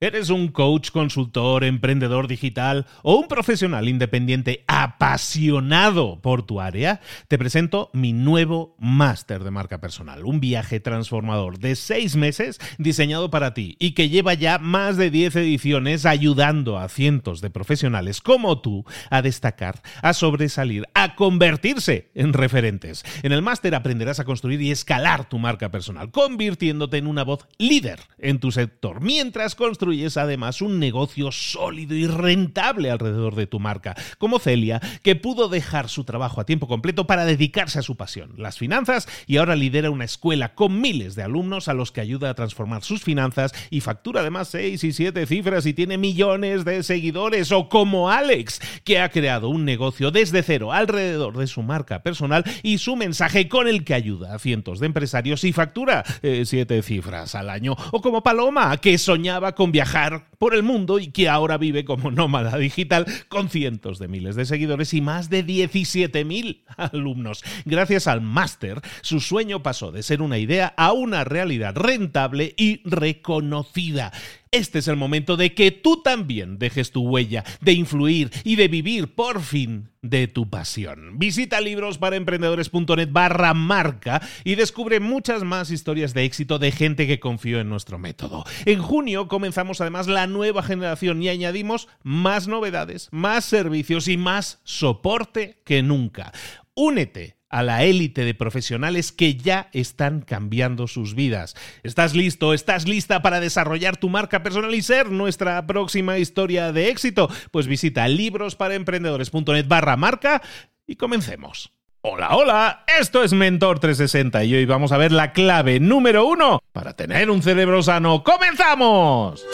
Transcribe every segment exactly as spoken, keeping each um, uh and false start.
¿Eres un coach, consultor, emprendedor digital o un profesional independiente apasionado por tu área? Te presento mi nuevo máster de marca personal, un viaje transformador de seis meses diseñado para ti y que lleva ya más de diez ediciones ayudando a cientos de profesionales como tú a destacar, a sobresalir, a convertirse en referentes. En el máster aprenderás a construir y escalar tu marca personal, convirtiéndote en una voz líder en tu sector, mientras construyes además un negocio sólido y rentable alrededor de tu marca, como Celia, que pudo dejar su trabajo a tiempo completo para dedicarse a su pasión, las finanzas, y ahora lidera una escuela con miles de alumnos a los que ayuda a transformar sus finanzas y factura además seis y siete cifras y tiene millones de seguidores. O como Alex, que ha creado un negocio desde cero alrededor de su marca personal y su mensaje, con el que ayuda a cientos de empresarios y factura eh, siete cifras al año. O como Paloma, que soñaba con viajar por el mundo y que ahora vive como nómada digital con cientos de miles de seguidores y más de diecisiete mil alumnos. Gracias al máster, su sueño pasó de ser una idea a una realidad rentable y reconocida. Este es el momento de que tú también dejes tu huella, de influir y de vivir por fin de tu pasión. Visita librosparaemprendedores.net barra marca y descubre muchas más historias de éxito de gente que confió en nuestro método. En junio comenzamos además la nueva generación y añadimos más novedades, más servicios y más soporte que nunca. Únete a la élite de profesionales que ya están cambiando sus vidas. ¿Estás listo? ¿Estás lista para desarrollar tu marca personal y ser nuestra próxima historia de éxito? Pues visita librosparaemprendedores.net barra marca y comencemos. Hola, hola, esto es Mentor trescientos sesenta y hoy vamos a ver la clave número uno para tener un cerebro sano. ¡Comenzamos!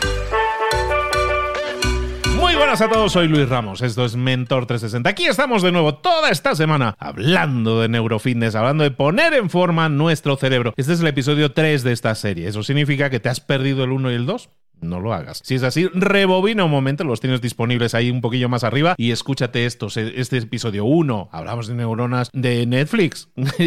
Muy buenas a todos, soy Luis Ramos, esto es Mentor trescientos sesenta. Aquí estamos de nuevo toda esta semana hablando de neurofitness, hablando de poner en forma nuestro cerebro. Este es el episodio tres de esta serie. ¿Eso significa que te has perdido el uno y el dos? No lo hagas. Si es así, rebobina un momento, los tienes disponibles ahí un poquillo más arriba y escúchate estos. Este episodio uno, hablamos de neuronas de Netflix.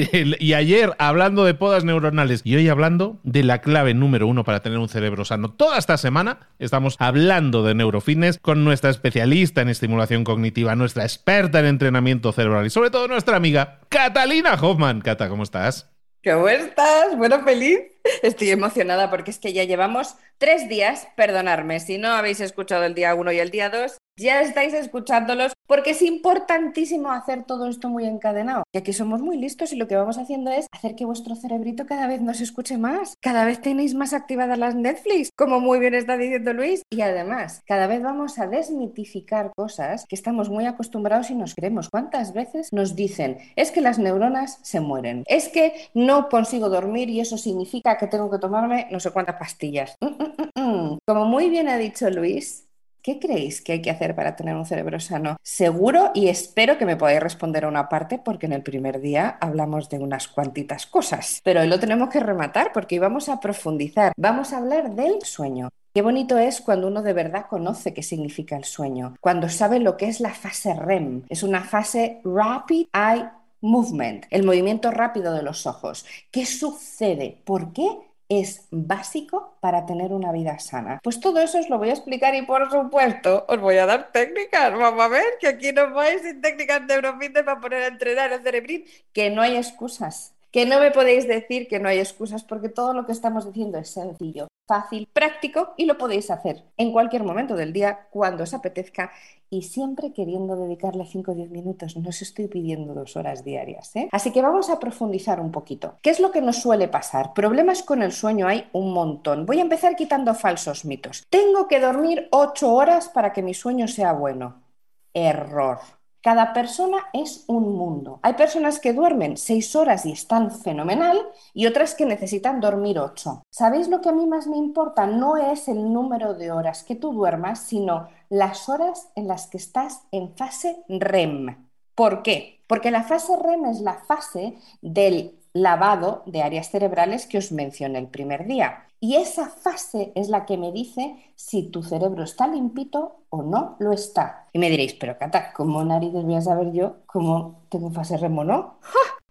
Y ayer hablando de podas neuronales y hoy hablando de la clave número uno para tener un cerebro sano. Toda esta semana estamos hablando de neurofitness con nuestra especialista en estimulación cognitiva, nuestra experta en entrenamiento cerebral y sobre todo nuestra amiga Catalina Hoffman. Cata, ¿cómo estás? ¿Cómo estás? Bueno, feliz. Estoy emocionada porque es que ya llevamos tres días, perdonadme, si no habéis escuchado el día uno y el día dos, ya estáis escuchándolos porque es importantísimo hacer todo esto muy encadenado. Y aquí somos muy listos y lo que vamos haciendo es hacer que vuestro cerebrito cada vez nos escuche más. Cada vez tenéis más activadas las Netflix, como muy bien está diciendo Luis. Y además, cada vez vamos a desmitificar cosas que estamos muy acostumbrados y nos creemos. ¿Cuántas veces nos dicen, es que las neuronas se mueren? Es que no consigo dormir y eso significa que tengo que tomarme no sé cuántas pastillas. Mm, mm, mm, mm. Como muy bien ha dicho Luis, ¿qué creéis que hay que hacer para tener un cerebro sano? Seguro y espero que me podáis responder a una parte porque en el primer día hablamos de unas cuantitas cosas. Pero hoy lo tenemos que rematar porque hoy vamos a profundizar. Vamos a hablar del sueño. Qué bonito es cuando uno de verdad conoce qué significa el sueño. Cuando sabe lo que es la fase R E M. Es una fase Rapid Eye Movement, el movimiento rápido de los ojos. ¿Qué sucede? ¿Por qué es básico para tener una vida sana? Pues todo eso os lo voy a explicar y por supuesto os voy a dar técnicas. Vamos a ver que aquí no vais sin técnicas neurofitness para poner a entrenar el cerebrín, que no hay excusas. Que no me podéis decir que no hay excusas porque todo lo que estamos diciendo es sencillo, fácil, práctico y lo podéis hacer en cualquier momento del día, cuando os apetezca y siempre queriendo dedicarle cinco o diez minutos. No os estoy pidiendo dos horas diarias, ¿eh? Así que vamos a profundizar un poquito. ¿Qué es lo que nos suele pasar? Problemas con el sueño hay un montón. Voy a empezar quitando falsos mitos. Tengo que dormir ocho horas para que mi sueño sea bueno. Error. Cada persona es un mundo. Hay personas que duermen seis horas y están fenomenal y otras que necesitan dormir ocho. ¿Sabéis lo que a mí más me importa? No es el número de horas que tú duermas, sino las horas en las que estás en fase R E M. ¿Por qué? Porque la fase R E M es la fase del lavado de áreas cerebrales que os mencioné el primer día. Y esa fase es la que me dice si tu cerebro está limpito o no lo está. Y me diréis, pero Cata, ¿cómo narices voy a saber yo cómo tengo fase R E M o no? ¡Ja!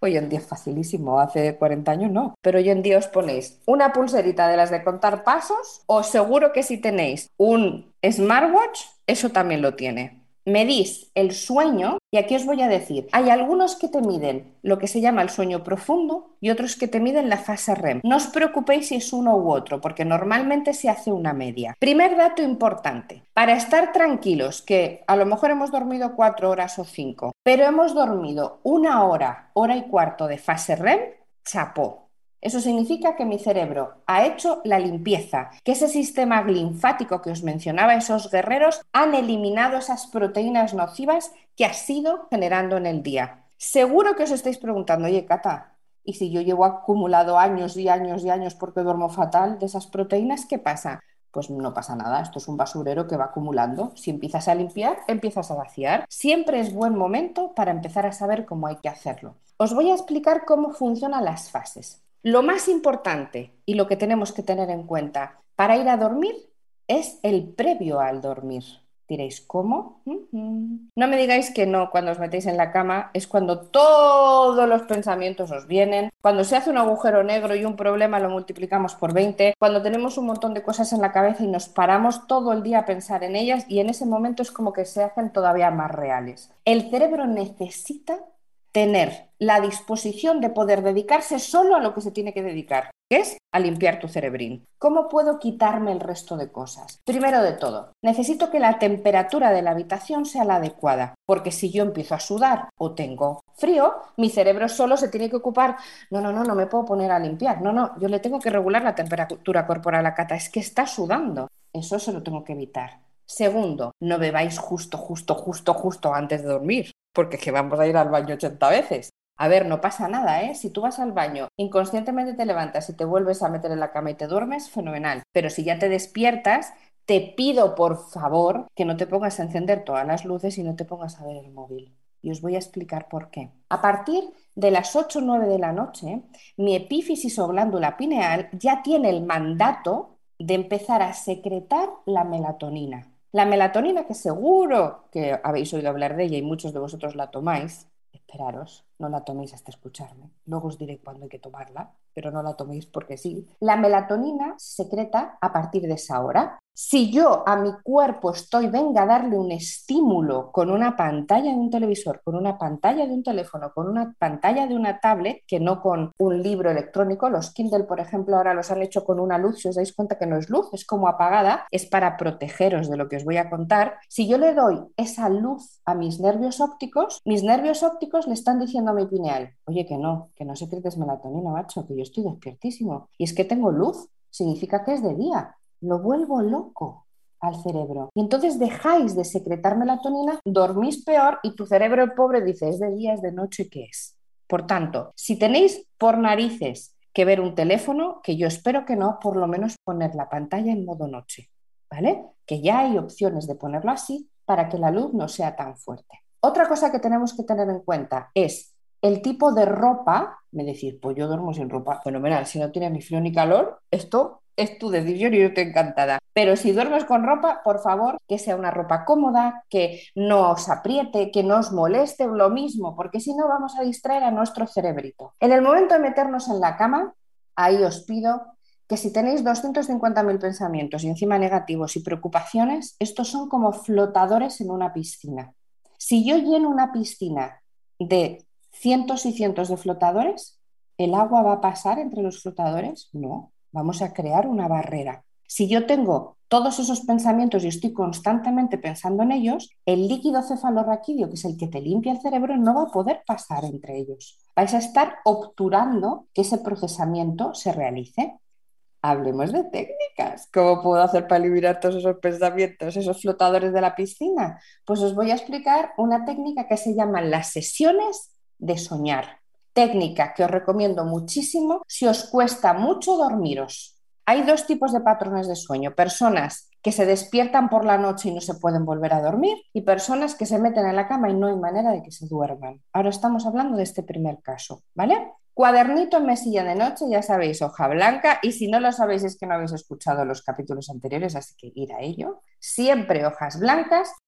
Hoy en día es facilísimo, hace cuarenta años no. Pero hoy en día os ponéis una pulserita de las de contar pasos, os seguro que si tenéis un smartwatch, eso también lo tiene. Medís el sueño y aquí os voy a decir, hay algunos que te miden lo que se llama el sueño profundo y otros que te miden la fase R E M. No os preocupéis si es uno u otro, porque normalmente se hace una media. Primer dato importante, para estar tranquilos, que a lo mejor hemos dormido cuatro horas o cinco, pero hemos dormido una hora, hora y cuarto de fase R E M, chapó. Eso significa que mi cerebro ha hecho la limpieza, que ese sistema linfático que os mencionaba, esos guerreros, han eliminado esas proteínas nocivas que has ido generando en el día. Seguro que os estáis preguntando, oye, Cata, ¿y si yo llevo acumulado años y años y años porque duermo fatal de esas proteínas, qué pasa? Pues no pasa nada, esto es un basurero que va acumulando. Si empiezas a limpiar, empiezas a vaciar. Siempre es buen momento para empezar a saber cómo hay que hacerlo. Os voy a explicar cómo funcionan las fases. Lo más importante y lo que tenemos que tener en cuenta para ir a dormir es el previo al dormir. Diréis, ¿cómo? Uh-huh. No me digáis que no, cuando os metéis en la cama es cuando todos los pensamientos os vienen, cuando se hace un agujero negro y un problema lo multiplicamos por veinte, cuando tenemos un montón de cosas en la cabeza y nos paramos todo el día a pensar en ellas y en ese momento es como que se hacen todavía más reales. El cerebro necesita tener la disposición de poder dedicarse solo a lo que se tiene que dedicar, que es a limpiar tu cerebrín. ¿Cómo puedo quitarme el resto de cosas? Primero de todo, necesito que la temperatura de la habitación sea la adecuada, porque si yo empiezo a sudar o tengo frío, mi cerebro solo se tiene que ocupar, no, no, no, no me puedo poner a limpiar, no, no, yo le tengo que regular la temperatura corporal a Cata, es que está sudando, eso se lo tengo que evitar. Segundo, no bebáis justo, justo, justo, justo antes de dormir, porque es que vamos a ir al baño ochenta veces. A ver, no pasa nada, ¿eh? Si tú vas al baño, inconscientemente te levantas y te vuelves a meter en la cama y te duermes, fenomenal. Pero si ya te despiertas, te pido por favor que no te pongas a encender todas las luces y no te pongas a ver el móvil. Y os voy a explicar por qué. A partir de las ocho o nueve de la noche, mi epífisis o glándula pineal ya tiene el mandato de empezar a secretar la melatonina. La melatonina, que seguro que habéis oído hablar de ella y muchos de vosotros la tomáis, esperaros, no la toméis hasta escucharme, luego os diré cuándo hay que tomarla, pero no la toméis porque sí. La melatonina se secreta a partir de esa hora. Si yo a mi cuerpo estoy, venga a darle un estímulo con una pantalla de un televisor, con una pantalla de un teléfono, con una pantalla de una tablet, que no con un libro electrónico, los Kindle, por ejemplo, ahora los han hecho con una luz, si os dais cuenta que no es luz, es como apagada, es para protegeros de lo que os voy a contar. Si yo le doy esa luz a mis nervios ópticos, mis nervios ópticos le están diciendo a mi pineal, oye, que no, que no secretes melatonina, macho, que yo estoy despiertísimo. Y es que tengo luz, significa que es de día. Lo vuelvo loco al cerebro. Y entonces dejáis de secretar melatonina, dormís peor y tu cerebro, el pobre, dice, es de día, es de noche, ¿qué es? Por tanto, si tenéis por narices que ver un teléfono, que yo espero que no, por lo menos poner la pantalla en modo noche, ¿vale? Que ya hay opciones de ponerlo así para que la luz no sea tan fuerte. Otra cosa que tenemos que tener en cuenta es el tipo de ropa, me decís, pues yo duermo sin ropa, fenomenal, si no tienes ni frío ni calor, esto es tu decisión y yo estoy encantada. Pero si duermes con ropa, por favor, que sea una ropa cómoda, que no os apriete, que no os moleste lo mismo, porque si no vamos a distraer a nuestro cerebrito. En el momento de meternos en la cama, ahí os pido que si tenéis doscientos cincuenta mil pensamientos y encima negativos y preocupaciones, estos son como flotadores en una piscina. Si yo lleno una piscina de cientos y cientos de flotadores, ¿el agua va a pasar entre los flotadores? No. Vamos a crear una barrera. Si yo tengo todos esos pensamientos y estoy constantemente pensando en ellos, el líquido cefalorraquídeo, que es el que te limpia el cerebro, no va a poder pasar entre ellos. Vais a estar obturando que ese procesamiento se realice. Hablemos de técnicas. ¿Cómo puedo hacer para eliminar todos esos pensamientos, esos flotadores de la piscina? Pues os voy a explicar una técnica que se llama las sesiones de soñar. Técnica que os recomiendo muchísimo si os cuesta mucho dormiros. Hay dos tipos de patrones de sueño. Personas que se despiertan por la noche y no se pueden volver a dormir y personas que se meten en la cama y no hay manera de que se duerman. Ahora estamos hablando de este primer caso, ¿vale? Cuadernito en mesilla de noche, ya sabéis, hoja blanca, y si no lo sabéis es que no habéis escuchado los capítulos anteriores, así que ir a ello. Siempre hojas blancas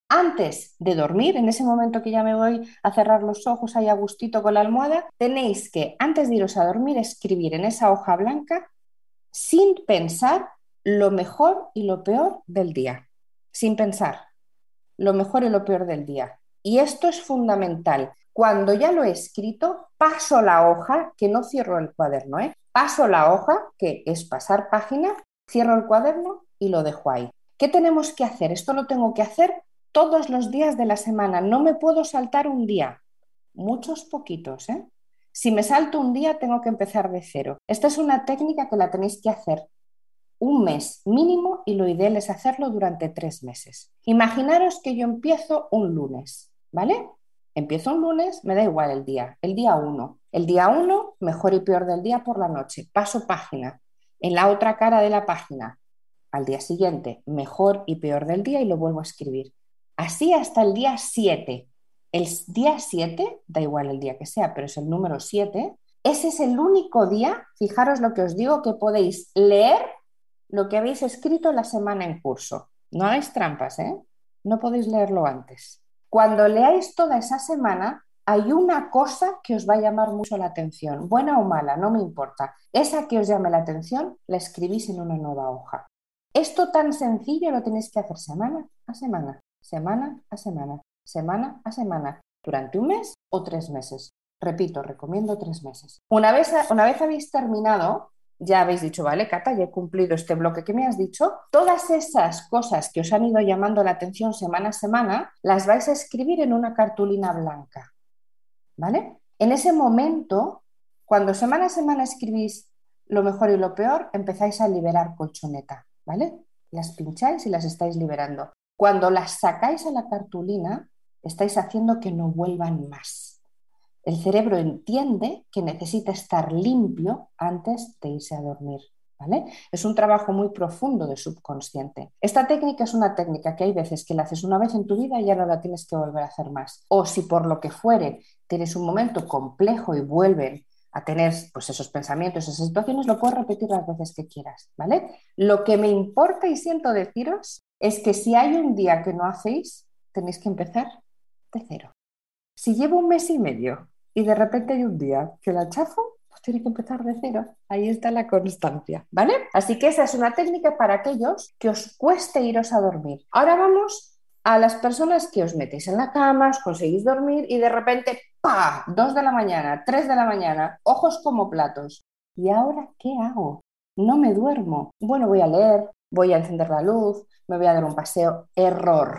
Antes de dormir, en ese momento que ya me voy a cerrar los ojos ahí a gustito con la almohada, tenéis que, antes de iros a dormir, escribir en esa hoja blanca, sin pensar, lo mejor y lo peor del día. Sin pensar, lo mejor y lo peor del día. Y esto es fundamental. Cuando ya lo he escrito, paso la hoja, que no cierro el cuaderno, ¿eh? Paso la hoja, que es pasar página, cierro el cuaderno y lo dejo ahí. ¿Qué tenemos que hacer? Esto lo tengo que hacer todos los días de la semana. No me puedo saltar un día. Muchos poquitos, ¿eh? Si me salto un día, tengo que empezar de cero. Esta es una técnica que la tenéis que hacer un mes mínimo y lo ideal es hacerlo durante tres meses. Imaginaros que yo empiezo un lunes, ¿vale? Empiezo un lunes, me da igual el día, el día uno. El día uno, mejor y peor del día por la noche. Paso página. En la otra cara de la página, al día siguiente, mejor y peor del día y lo vuelvo a escribir. Así hasta el día siete. El día siete, da igual el día que sea, pero es el número siete. Ese es el único día, fijaros lo que os digo, que podéis leer lo que habéis escrito la semana en curso. No hagáis trampas, ¿eh? No podéis leerlo antes. Cuando leáis toda esa semana, hay una cosa que os va a llamar mucho la atención, buena o mala, no me importa. Esa que os llame la atención, la escribís en una nueva hoja. Esto tan sencillo lo tenéis que hacer semana a semana, semana a semana, semana a semana, durante un mes o tres meses. Repito, recomiendo tres meses. Una vez, una vez habéis terminado, ya habéis dicho, vale, Cata, ya he cumplido este bloque que me has dicho. Todas esas cosas que os han ido llamando la atención semana a semana, las vais a escribir en una cartulina blanca, ¿vale? En ese momento, cuando semana a semana escribís lo mejor y lo peor, empezáis a liberar colchoneta, ¿vale? Las pincháis y las estáis liberando. Cuando las sacáis a la cartulina, estáis haciendo que no vuelvan más. El cerebro entiende que necesita estar limpio antes de irse a dormir, ¿vale? Es un trabajo muy profundo de subconsciente. Esta técnica es una técnica que hay veces que la haces una vez en tu vida y ya no la tienes que volver a hacer más. O si por lo que fuere tienes un momento complejo y vuelven a tener pues, esos pensamientos, esas situaciones, lo puedes repetir las veces que quieras, ¿vale? Lo que me importa y siento deciros es que si hay un día que no hacéis, tenéis que empezar de cero. Si llevo un mes y medio y de repente hay un día que la chafo, pues tiene que empezar de cero. Ahí está la constancia, ¿vale? Así que esa es una técnica para aquellos que os cueste iros a dormir. Ahora vamos a las personas que os metéis en la cama, os conseguís dormir y de repente, ¡pa! Dos de la mañana, tres de la mañana, ojos como platos. ¿Y ahora qué hago? No me duermo. Bueno, voy a leer, voy a encender la luz, me voy a dar un paseo. Error.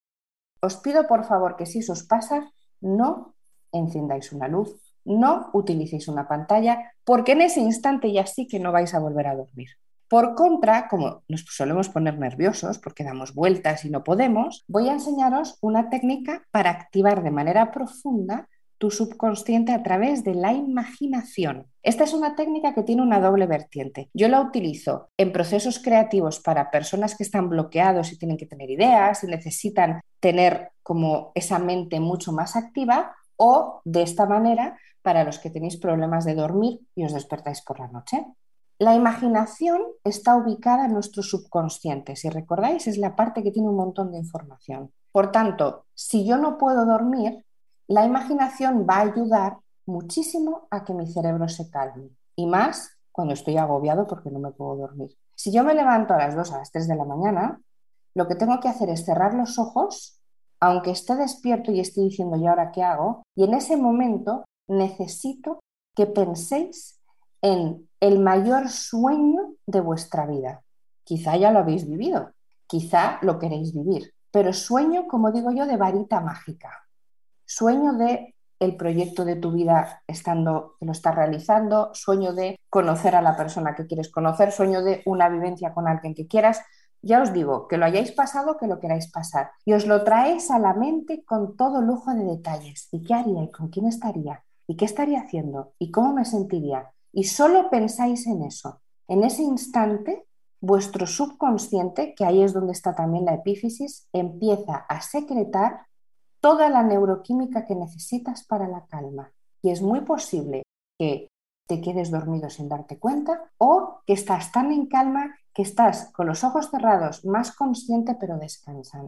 Os pido por favor que si eso os pasa, no encendáis una luz, no utilicéis una pantalla, porque en ese instante ya sí que no vais a volver a dormir. Por contra, como nos solemos poner nerviosos porque damos vueltas y no podemos, voy a enseñaros una técnica para activar de manera profunda tu subconsciente a través de la imaginación. Esta es una técnica que tiene una doble vertiente. Yo la utilizo en procesos creativos para personas que están bloqueados y tienen que tener ideas y necesitan tener como esa mente mucho más activa, o de esta manera para los que tenéis problemas de dormir y os despertáis por la noche. La imaginación está ubicada en nuestro subconsciente. Si recordáis, es la parte que tiene un montón de información. Por tanto, si yo no puedo dormir, la imaginación va a ayudar muchísimo a que mi cerebro se calme. Y más cuando estoy agobiado porque no me puedo dormir. Si yo me levanto a las dos, a las tres de la mañana, lo que tengo que hacer es cerrar los ojos, aunque esté despierto y esté diciendo, ¿y ahora qué hago? Y en ese momento necesito que penséis en el mayor sueño de vuestra vida. Quizá ya lo habéis vivido, quizá lo queréis vivir, pero sueño, como digo yo, de varita mágica. Sueño de el proyecto de tu vida estando, que lo estás realizando, sueño de conocer a la persona que quieres conocer, sueño de una vivencia con alguien que quieras. Ya os digo, que lo hayáis pasado, que lo queráis pasar. Y os lo traéis a la mente con todo lujo de detalles. ¿Y qué haría? ¿Y con quién estaría? ¿Y qué estaría haciendo? ¿Y cómo me sentiría? Y solo pensáis en eso. En ese instante, vuestro subconsciente, que ahí es donde está también la epífisis, empieza a secretar toda la neuroquímica que necesitas para la calma. Y es muy posible que te quedes dormido sin darte cuenta o que estás tan en calma que estás con los ojos cerrados, más consciente pero descansando.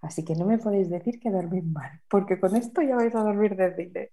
Así que no me podéis decir que dormís mal, porque con esto ya vais a dormir de cine.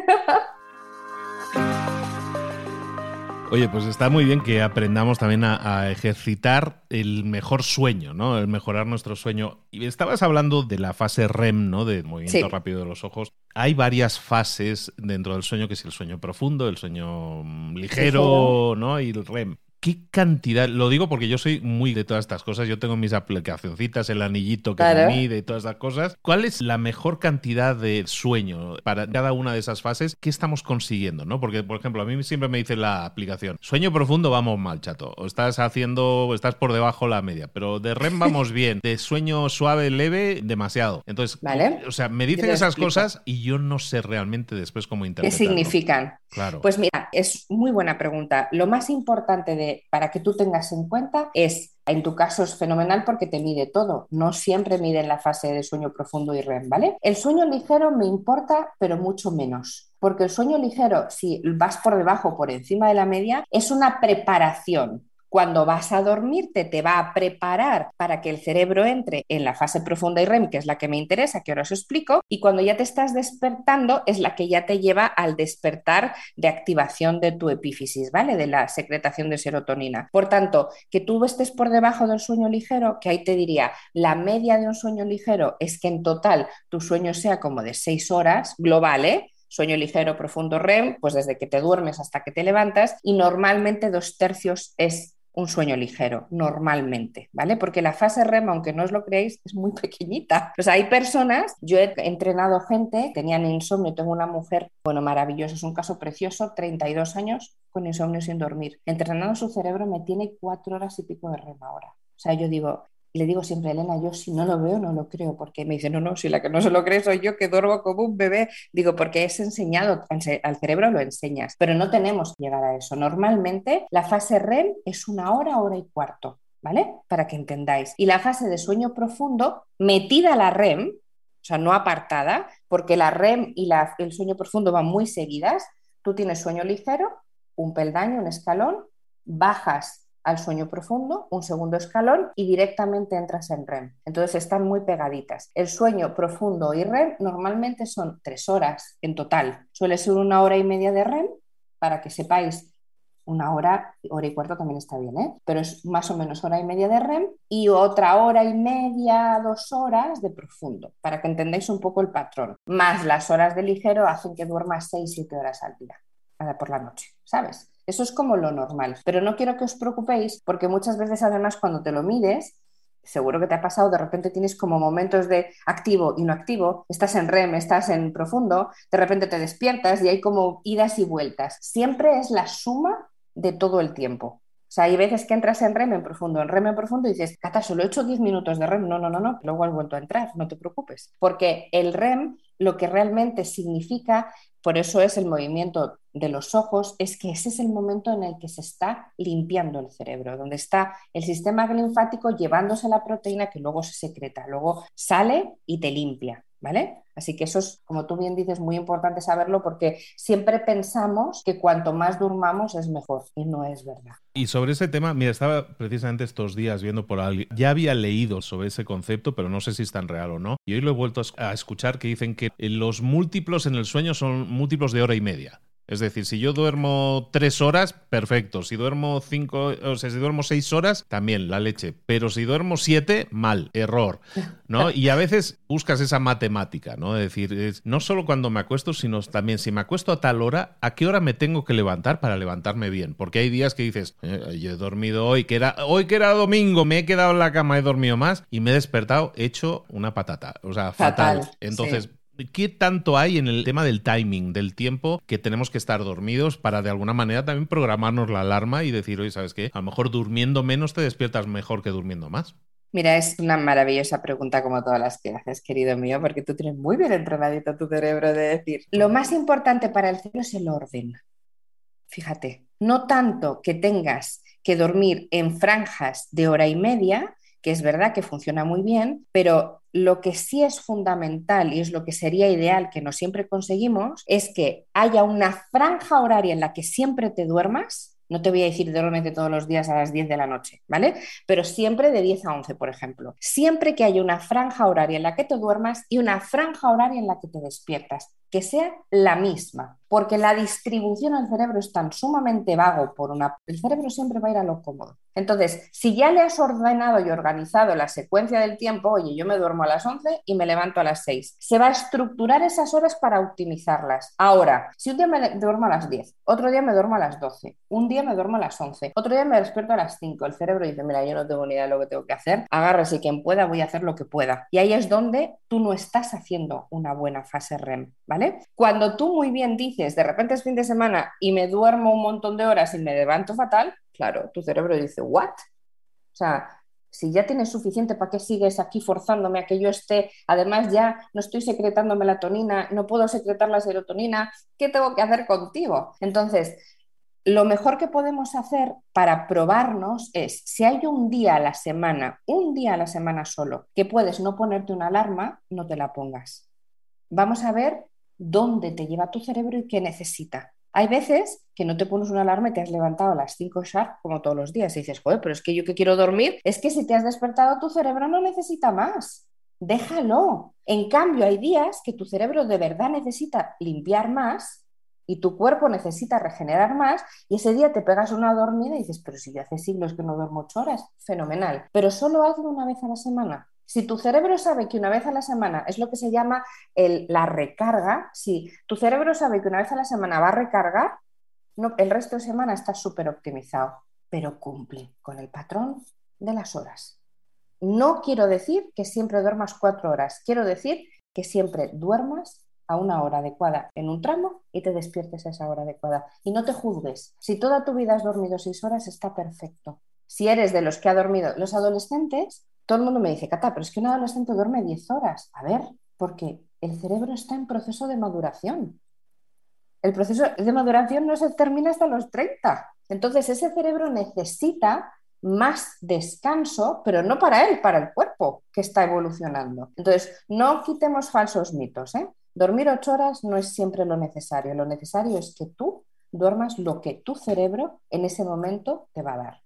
Oye, pues está muy bien que aprendamos también a, a ejercitar el mejor sueño, ¿no? El mejorar nuestro sueño. Y estabas hablando de la fase R E M, ¿no? De movimiento Sí. rápido de los ojos. Hay varias fases dentro del sueño, que es el sueño profundo, el sueño mm, ligero, Ligero. ¿no? Y el R E M. ¿Qué cantidad? Lo digo porque yo soy muy de todas estas cosas. Yo tengo mis aplicacioncitas, el anillito que me Claro. mide y todas estas cosas. ¿Cuál es la mejor cantidad de sueño para cada una de esas fases? ¿Qué estamos consiguiendo, no? Porque, por ejemplo, a mí siempre me dice la aplicación, sueño profundo vamos mal, chato. O estás haciendo, estás por debajo la media. Pero de R E M vamos bien. De sueño suave, leve, demasiado. Entonces, ¿Vale? o sea, me Yo dicen te esas explico. cosas y yo no sé realmente después cómo ¿Qué interpretarlo. significan? Claro. Pues mira, es muy buena pregunta. Lo más importante de, para que tú tengas en cuenta es, en tu caso es fenomenal porque te mide todo, no siempre mide en la fase de sueño profundo y R E M, ¿vale? El sueño ligero me importa, pero mucho menos, porque el sueño ligero, si vas por debajo o por encima de la media, es una preparación. Cuando vas a dormirte, te va a preparar para que el cerebro entre en la fase profunda y R E M, que es la que me interesa, que ahora os explico, y cuando ya te estás despertando es la que ya te lleva al despertar de activación de tu epífisis, ¿vale? De la secretación de serotonina. Por tanto, que tú estés por debajo del sueño ligero, que ahí te diría, la media de un sueño ligero es que en total tu sueño sea como de seis horas global, ¿eh? Sueño ligero, profundo R E M, pues desde que te duermes hasta que te levantas, y normalmente dos tercios es un sueño ligero, normalmente, ¿vale? Porque la fase R E M, aunque no os lo creéis, es muy pequeñita. O sea, hay personas, yo he entrenado gente, tenían insomnio, tengo una mujer, bueno, maravilloso, es un caso precioso, treinta y dos años con insomnio sin dormir. Entrenando su cerebro me tiene cuatro horas y pico de R E M ahora. O sea, yo digo, le digo siempre a Elena, yo si no lo veo, no lo creo, porque me dice, no, no, si la que no se lo cree soy yo, que duermo como un bebé. Digo, porque es enseñado, al cerebro lo enseñas, pero no tenemos que llegar a eso. Normalmente la fase R E M es una hora, hora y cuarto, ¿vale? Para que entendáis. Y la fase de sueño profundo, metida la R E M, o sea, no apartada, porque la R E M y la, el sueño profundo van muy seguidas. Tú tienes sueño ligero, un peldaño, un escalón, bajas al sueño profundo, un segundo escalón y directamente entras en R E M. Entonces están muy pegaditas. El sueño profundo y R E M normalmente son tres horas en total. Suele ser una hora y media de R E M, para que sepáis, una hora, hora y cuarto también está bien, ¿eh? Pero es más o menos hora y media de R E M y otra hora y media, dos horas de profundo, para que entendáis un poco el patrón. Más las horas de ligero hacen que duermas seis siete horas al día, por la noche, ¿sabes? Eso es como lo normal, pero no quiero que os preocupéis porque muchas veces además cuando te lo mides, seguro que te ha pasado, de repente tienes como momentos de activo y no activo, estás en R E M, estás en profundo, de repente te despiertas y hay como idas y vueltas. Siempre es la suma de todo el tiempo. O sea, hay veces que entras en R E M en profundo, en R E M en profundo y dices, Cata, solo he hecho diez minutos de R E M. No, no, no, no, luego has vuelto a entrar, no te preocupes. Porque el R E M lo que realmente significa, por eso es el movimiento de los ojos, es que ese es el momento en el que se está limpiando el cerebro, donde está el sistema linfático llevándose la proteína que luego se secreta, luego sale y te limpia, ¿vale? Así que eso es, como tú bien dices, muy importante saberlo porque siempre pensamos que cuanto más durmamos es mejor y no es verdad. Y sobre ese tema, mira, estaba precisamente estos días viendo por alguien, ya había leído sobre ese concepto, pero no sé si es tan real o no, y hoy lo he vuelto a escuchar que dicen que los múltiplos en el sueño son múltiplos de hora y media. Es decir, si yo duermo tres horas, perfecto. Si duermo cinco, o sea, si duermo seis horas, también la leche. Pero si duermo siete, mal, error, ¿no? Y a veces buscas esa matemática, ¿no? Es decir, es, no solo cuando me acuesto, sino también si me acuesto a tal hora, ¿a qué hora me tengo que levantar para levantarme bien? Porque hay días que dices, eh, yo he dormido hoy, que era hoy que era domingo, me he quedado en la cama, he dormido más y me he despertado hecho una patata, o sea, fatal. Fatal, Entonces, sí. ¿qué tanto hay en el tema del timing, del tiempo que tenemos que estar dormidos para de alguna manera también programarnos la alarma y decir, oye, ¿sabes qué? A lo mejor durmiendo menos te despiertas mejor que durmiendo más. Mira, es una maravillosa pregunta como todas las que haces, querido mío, porque tú tienes muy bien entrenadito tu cerebro de decir, lo más importante para el cerebro es el orden. Fíjate, no tanto que tengas que dormir en franjas de hora y media, que es verdad que funciona muy bien, pero lo que sí es fundamental y es lo que sería ideal, que no siempre conseguimos, es que haya una franja horaria en la que siempre te duermas No te voy a decir duérmete todos los días a las diez de la noche, ¿vale? Pero siempre de diez a once, por ejemplo. Siempre que haya una franja horaria en la que te duermas y una franja horaria en la que te despiertas, que sea la misma, porque la distribución al cerebro es tan sumamente vago por una... El cerebro siempre va a ir a lo cómodo. Entonces, si ya le has ordenado y organizado la secuencia del tiempo, oye, yo me duermo a las once y me levanto a las seis, se va a estructurar esas horas para optimizarlas. Ahora, si un día me duermo a las diez, otro día me duermo a las doce, un día me duermo a las once, otro día me despierto a las cinco, el cerebro dice, mira, yo no tengo ni idea de lo que tengo que hacer, agárrese quien pueda, voy a hacer lo que pueda. Y ahí es donde tú no estás haciendo una buena fase R E M, ¿vale? Cuando tú muy bien dices, de repente es fin de semana y me duermo un montón de horas y me levanto fatal, claro, tu cerebro dice, ¿what? O sea, si ya tienes suficiente, ¿para qué sigues aquí forzándome a que yo esté? Además, ya no estoy secretando melatonina, no puedo secretar la serotonina, ¿qué tengo que hacer contigo? Entonces, lo mejor que podemos hacer para probarnos es, si hay un día a la semana, un día a la semana solo, que puedes no ponerte una alarma, no te la pongas. Vamos a ver dónde te lleva tu cerebro y qué necesita. Hay veces que no te pones una alarma y te has levantado a las cinco sharp como todos los días y dices, joder, pero es que yo que quiero dormir, es que si te has despertado tu cerebro no necesita más. Déjalo. En cambio, hay días que tu cerebro de verdad necesita limpiar más y tu cuerpo necesita regenerar más y ese día te pegas una dormida y dices, pero si yo hace siglos que no duermo ocho horas, fenomenal. Pero solo hazlo una vez a la semana. Si tu cerebro sabe que una vez a la semana es lo que se llama el, la recarga, si tu cerebro sabe que una vez a la semana va a recargar, no, el resto de semana está súper optimizado, pero cumple con el patrón de las horas. No quiero decir que siempre duermas cuatro horas, quiero decir que siempre duermas a una hora adecuada en un tramo y te despiertes a esa hora adecuada. Y no te juzgues. Si toda tu vida has dormido seis horas, está perfecto. Si eres de los que ha dormido, los adolescentes, todo el mundo me dice, Cata, pero es que un adolescente duerme diez horas. A ver, porque el cerebro está en proceso de maduración. El proceso de maduración no se termina hasta los treinta. Entonces, ese cerebro necesita más descanso, pero no para él, para el cuerpo que está evolucionando. Entonces, no quitemos falsos mitos, ¿eh? Dormir ocho horas no es siempre lo necesario. Lo necesario es que tú duermas lo que tu cerebro en ese momento te va a dar.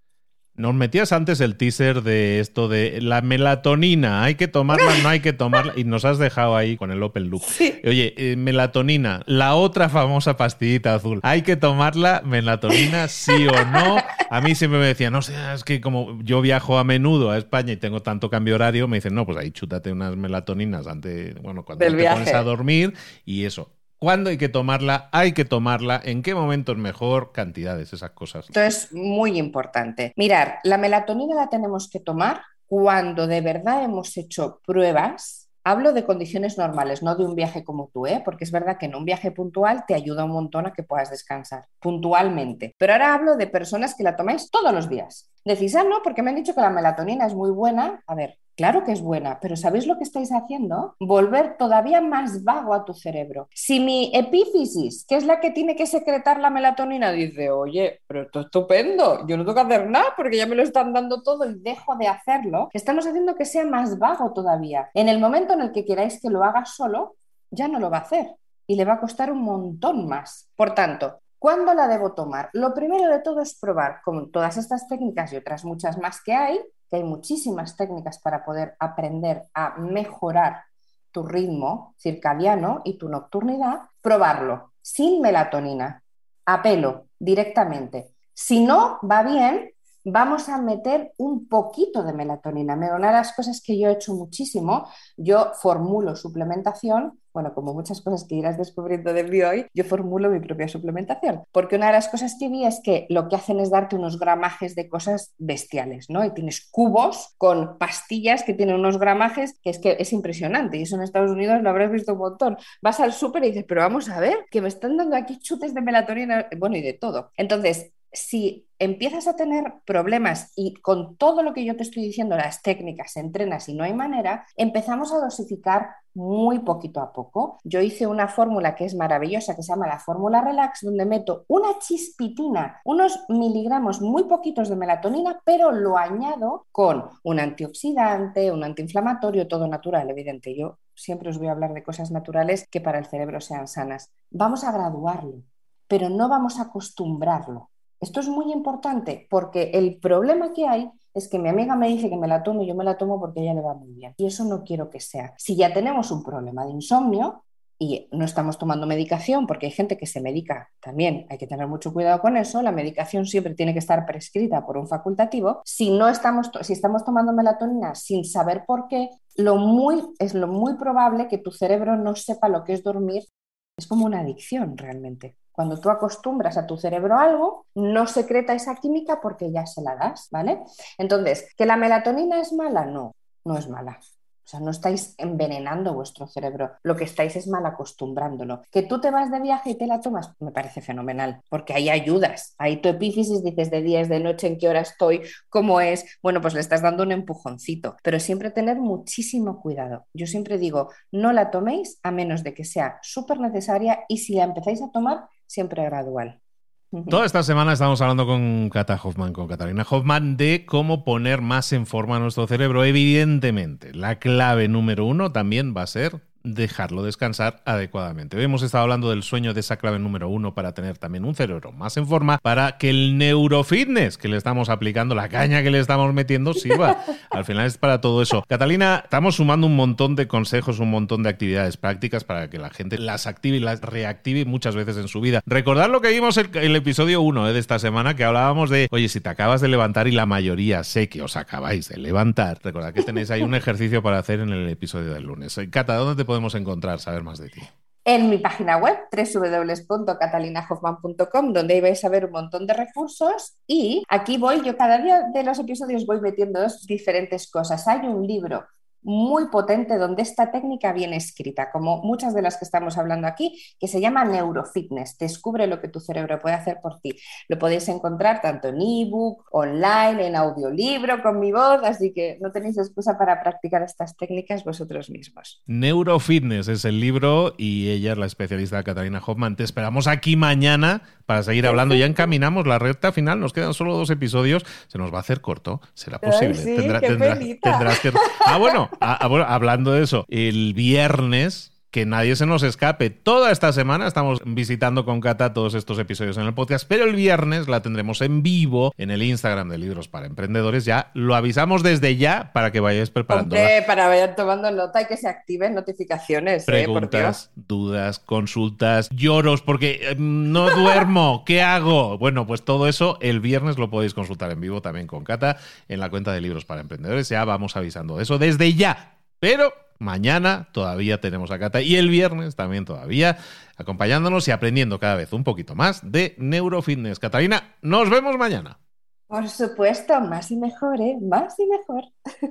Nos metías antes el teaser de esto de la melatonina, hay que tomarla, no hay que tomarla, y nos has dejado ahí con el open loop. Sí. Oye, eh, melatonina, la otra famosa pastillita azul, ¿hay que tomarla, melatonina, sí o no? A mí siempre me decían, no sé, es que como yo viajo a menudo a España y tengo tanto cambio horario, me dicen, no, pues ahí chútate unas melatoninas antes, bueno, cuando Del te viaje. pones a dormir y eso. ¿Cuándo hay que tomarla? ¿Hay que tomarla? ¿En qué momento es mejor? Cantidades, esas cosas. Esto es muy importante. Mirar, la melatonina la tenemos que tomar cuando de verdad hemos hecho pruebas. Hablo de condiciones normales, no de un viaje como tú, ¿eh? Porque es verdad que en un viaje puntual te ayuda un montón a que puedas descansar, puntualmente. Pero ahora hablo de personas que la tomáis todos los días. Decís, ah, no, porque me han dicho que la melatonina es muy buena. A ver, claro que es buena, pero ¿sabéis lo que estáis haciendo? Volver todavía más vago a tu cerebro. Si mi epífisis, que es la que tiene que secretar la melatonina, dice, oye, pero esto es estupendo, yo no tengo que hacer nada porque ya me lo están dando todo y dejo de hacerlo, estamos haciendo que sea más vago todavía. En el momento en el que queráis que lo haga solo, ya no lo va a hacer y le va a costar un montón más. Por tanto, ¿cuándo la debo tomar? Lo primero de todo es probar con todas estas técnicas y otras muchas más que hay, que hay muchísimas técnicas para poder aprender a mejorar tu ritmo circadiano y tu nocturnidad, probarlo sin melatonina, a pelo, directamente. Si no va bien, vamos a meter un poquito de melatonina. Una de las cosas que yo he hecho muchísimo, yo formulo suplementación, bueno, como muchas cosas que irás descubriendo de mí hoy, yo formulo mi propia suplementación, porque una de las cosas que vi es que lo que hacen es darte unos gramajes de cosas bestiales, ¿no? Y tienes cubos con pastillas que tienen unos gramajes que es que es impresionante, y eso en Estados Unidos lo habrás visto un montón. Vas al súper y dices, pero vamos a ver, que me están dando aquí chutes de melatonina, bueno, y de todo. Entonces, si empiezas a tener problemas y con todo lo que yo te estoy diciendo, las técnicas, entrenas y no hay manera, empezamos a dosificar muy poquito a poco. Yo hice una fórmula que es maravillosa, que se llama la fórmula Relax, donde meto una chispitina, unos miligramos muy poquitos de melatonina, pero lo añado con un antioxidante, un antiinflamatorio, todo natural, evidente. Yo siempre os voy a hablar de cosas naturales que para el cerebro sean sanas. Vamos a graduarlo, pero no vamos a acostumbrarlo. Esto es muy importante porque el problema que hay es que mi amiga me dice que me la tomo y yo me la tomo porque a ella le va muy bien. Y eso no quiero que sea. Si ya tenemos un problema de insomnio y no estamos tomando medicación, porque hay gente que se medica también, hay que tener mucho cuidado con eso, la medicación siempre tiene que estar prescrita por un facultativo. Si no estamos, si estamos tomando melatonina sin saber por qué, lo muy, es lo muy probable que tu cerebro no sepa lo que es dormir. Es como una adicción realmente. Cuando tú acostumbras a tu cerebro a algo, no secreta esa química porque ya se la das, ¿vale? Entonces, ¿que la melatonina es mala? No, no es mala. O sea, no estáis envenenando vuestro cerebro, lo que estáis es mal acostumbrándolo. Que tú te vas de viaje y te la tomas, me parece fenomenal, porque ahí ayudas. Ahí tu epífisis dices de día, es de noche, en qué hora estoy, cómo es. Bueno, pues le estás dando un empujoncito, pero siempre tener muchísimo cuidado. Yo siempre digo, no la toméis a menos de que sea súper necesaria y si la empezáis a tomar, siempre gradual. Toda esta semana estamos hablando con Cata Hoffman, con Catalina Hoffman, de cómo poner más en forma nuestro cerebro. Evidentemente, la clave número uno también va a ser dejarlo descansar adecuadamente. Hoy hemos estado hablando del sueño, de esa clave número uno para tener también un cerebro más en forma, para que el neurofitness que le estamos aplicando, la caña que le estamos metiendo, sirva. Al final es para todo eso. Catalina, estamos sumando un montón de consejos, un montón de actividades prácticas para que la gente las active y las reactive muchas veces en su vida. Recordad lo que vimos el, el episodio uno eh, de esta semana, que hablábamos de, oye, si te acabas de levantar y la mayoría sé que os acabáis de levantar, recordad que tenéis ahí un ejercicio para hacer en el episodio del lunes. Cata, ¿dónde te podemos encontrar, saber más de ti? En mi página web, doble u doble u doble u punto catalina hoffman punto com, donde ahí vais a ver un montón de recursos y aquí voy, yo cada día de los episodios voy metiendo diferentes cosas. Hay un libro muy potente donde esta técnica viene escrita, como muchas de las que estamos hablando aquí, que se llama Neurofitness. Descubre lo que tu cerebro puede hacer por ti. Lo podéis encontrar tanto en ebook, online, en audiolibro, con mi voz, así que no tenéis excusa para practicar estas técnicas vosotros mismos. Neurofitness es el libro y ella es la especialista Catalina Hoffman. Te esperamos aquí mañana para seguir hablando. Ya encaminamos la recta final, nos quedan solo dos episodios. Se nos va a hacer corto, será posible. Ay, sí, Tendrá, qué tendrá, penita. tendrás que... Ah, bueno, a, a, bueno, hablando de eso, el viernes... Que nadie se nos escape. Toda esta semana estamos visitando con Cata todos estos episodios en el podcast, pero el viernes la tendremos en vivo en el Instagram de Libros para Emprendedores. Ya lo avisamos desde ya para que vayáis preparando. Hombre, para vayan tomando nota y que se activen notificaciones. Preguntas, eh, dudas, consultas, lloros porque eh, no duermo, ¿qué hago? Bueno, pues todo eso el viernes lo podéis consultar en vivo también con Cata en la cuenta de Libros para Emprendedores. Ya vamos avisando de eso desde ya. Pero mañana todavía tenemos a Cata y el viernes también todavía acompañándonos y aprendiendo cada vez un poquito más de neurofitness. Catalina, nos vemos mañana. Por supuesto, más y mejor, ¿eh? Más y mejor.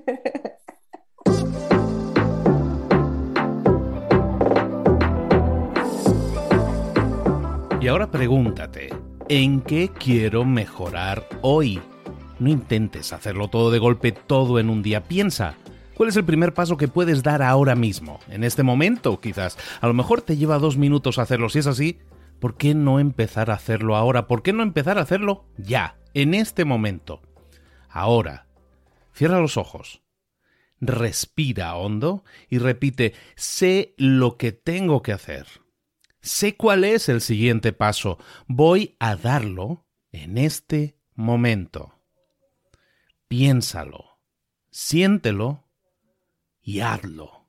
Y ahora pregúntate, ¿en qué quiero mejorar hoy? No intentes hacerlo todo de golpe, todo en un día. Piensa. ¿Cuál es el primer paso que puedes dar ahora mismo? En este momento, quizás. A lo mejor te lleva dos minutos hacerlo. Si es así, ¿por qué no empezar a hacerlo ahora? ¿Por qué no empezar a hacerlo ya? En este momento. Ahora. Cierra los ojos. Respira hondo y repite, sé lo que tengo que hacer. Sé cuál es el siguiente paso. Voy a darlo en este momento. Piénsalo. Siéntelo. Y hazlo.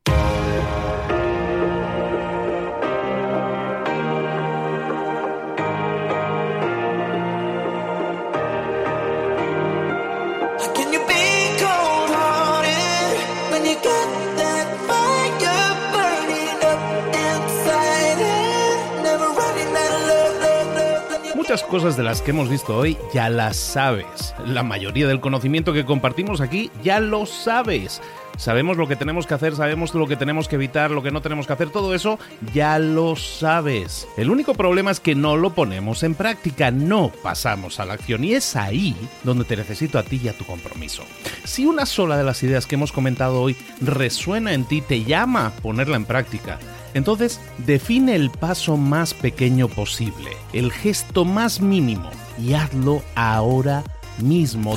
Muchas cosas de las que hemos visto hoy ya las sabes. La mayoría del conocimiento que compartimos aquí ya lo sabes. Sabemos lo que tenemos que hacer, sabemos lo que tenemos que evitar, lo que no tenemos que hacer, todo eso ya lo sabes. El único problema es que no lo ponemos en práctica, no pasamos a la acción y es ahí donde te necesito a ti y a tu compromiso. Si una sola de las ideas que hemos comentado hoy resuena en ti, te llama a ponerla en práctica, entonces define el paso más pequeño posible, el gesto más mínimo y hazlo ahora mismo.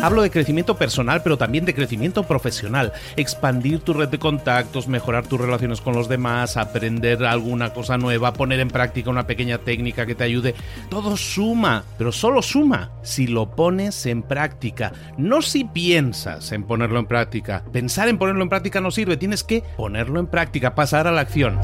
Hablo de crecimiento personal, pero también de crecimiento profesional. Expandir tu red de contactos, mejorar tus relaciones con los demás, aprender alguna cosa nueva, poner en práctica una pequeña técnica que te ayude. Todo suma, pero solo suma si lo pones en práctica. No si piensas en ponerlo en práctica. Pensar en ponerlo en práctica no sirve. Tienes que ponerlo en práctica, pasar a la acción.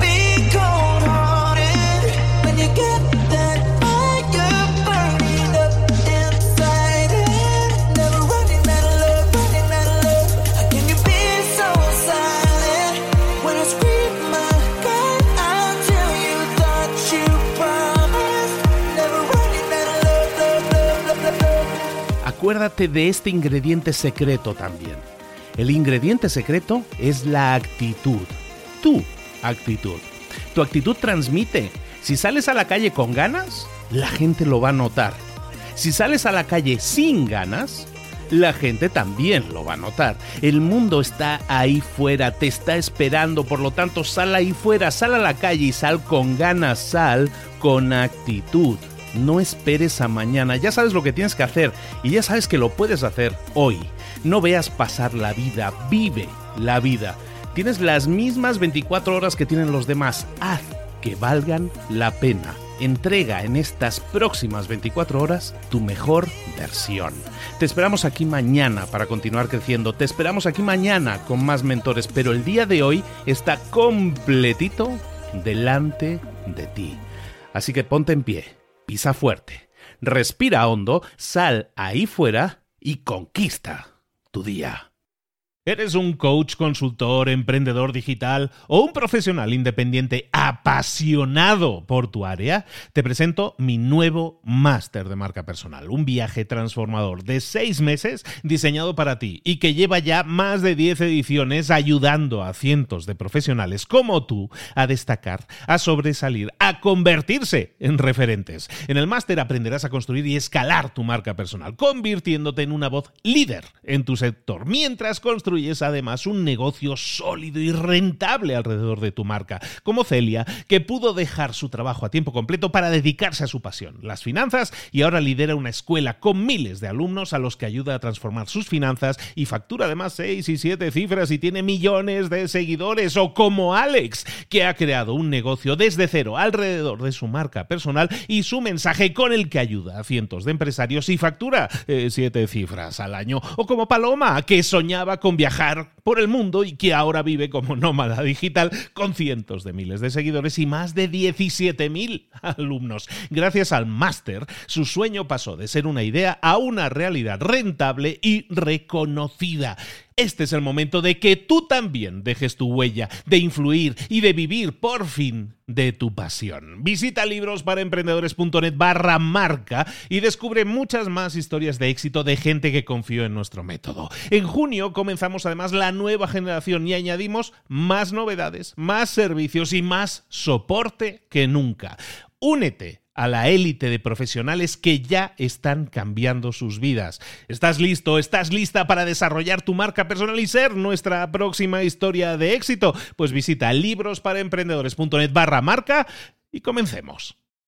Acuérdate de este ingrediente secreto también. El ingrediente secreto es la actitud. Tu actitud. Tu actitud transmite. Si sales a la calle con ganas, la gente lo va a notar. Si sales a la calle sin ganas, la gente también lo va a notar. El mundo está ahí fuera, te está esperando, por lo tanto sal ahí fuera, sal a la calle y sal con ganas, sal con actitud. No esperes a mañana, ya sabes lo que tienes que hacer y ya sabes que lo puedes hacer hoy. No veas pasar la vida, vive la vida. Tienes las mismas veinticuatro horas que tienen los demás, haz que valgan la pena. Entrega en estas próximas veinticuatro horas tu mejor versión. Te esperamos aquí mañana para continuar creciendo, te esperamos aquí mañana con más mentores, pero el día de hoy está completito delante de ti. Así que ponte en pie. Pisa fuerte, respira hondo, sal ahí fuera y conquista tu día. ¿Eres un coach, consultor, emprendedor digital o un profesional independiente apasionado por tu área? Te presento mi nuevo máster de marca personal, un viaje transformador de seis meses diseñado para ti y que lleva ya más de diez ediciones ayudando a cientos de profesionales como tú a destacar, a sobresalir, a convertirse en referentes. En el máster aprenderás a construir y escalar tu marca personal, convirtiéndote en una voz líder en tu sector, mientras construyes es además un negocio sólido y rentable alrededor de tu marca, como Celia, que pudo dejar su trabajo a tiempo completo para dedicarse a su pasión, las finanzas, y ahora lidera una escuela con miles de alumnos a los que ayuda a transformar sus finanzas y factura además seis y siete cifras y tiene millones de seguidores, o como Alex, que ha creado un negocio desde cero alrededor de su marca personal y su mensaje con el que ayuda a cientos de empresarios y factura eh, siete cifras al año, o como Paloma, que soñaba con viajar viajar por el mundo y que ahora vive como nómada digital con cientos de miles de seguidores y más de diecisiete mil alumnos. Gracias al máster, su sueño pasó de ser una idea a una realidad rentable y reconocida. Este es el momento de que tú también dejes tu huella, de influir y de vivir por fin de tu pasión. Visita librosparaemprendedores.net barra marca y descubre muchas más historias de éxito de gente que confió en nuestro método. En junio comenzamos además la nueva generación y añadimos más novedades, más servicios y más soporte que nunca. Únete a la élite de profesionales que ya están cambiando sus vidas. ¿Estás listo? ¿Estás lista para desarrollar tu marca personal y ser nuestra próxima historia de éxito? Pues visita librosparaemprendedores.net barra marca y comencemos.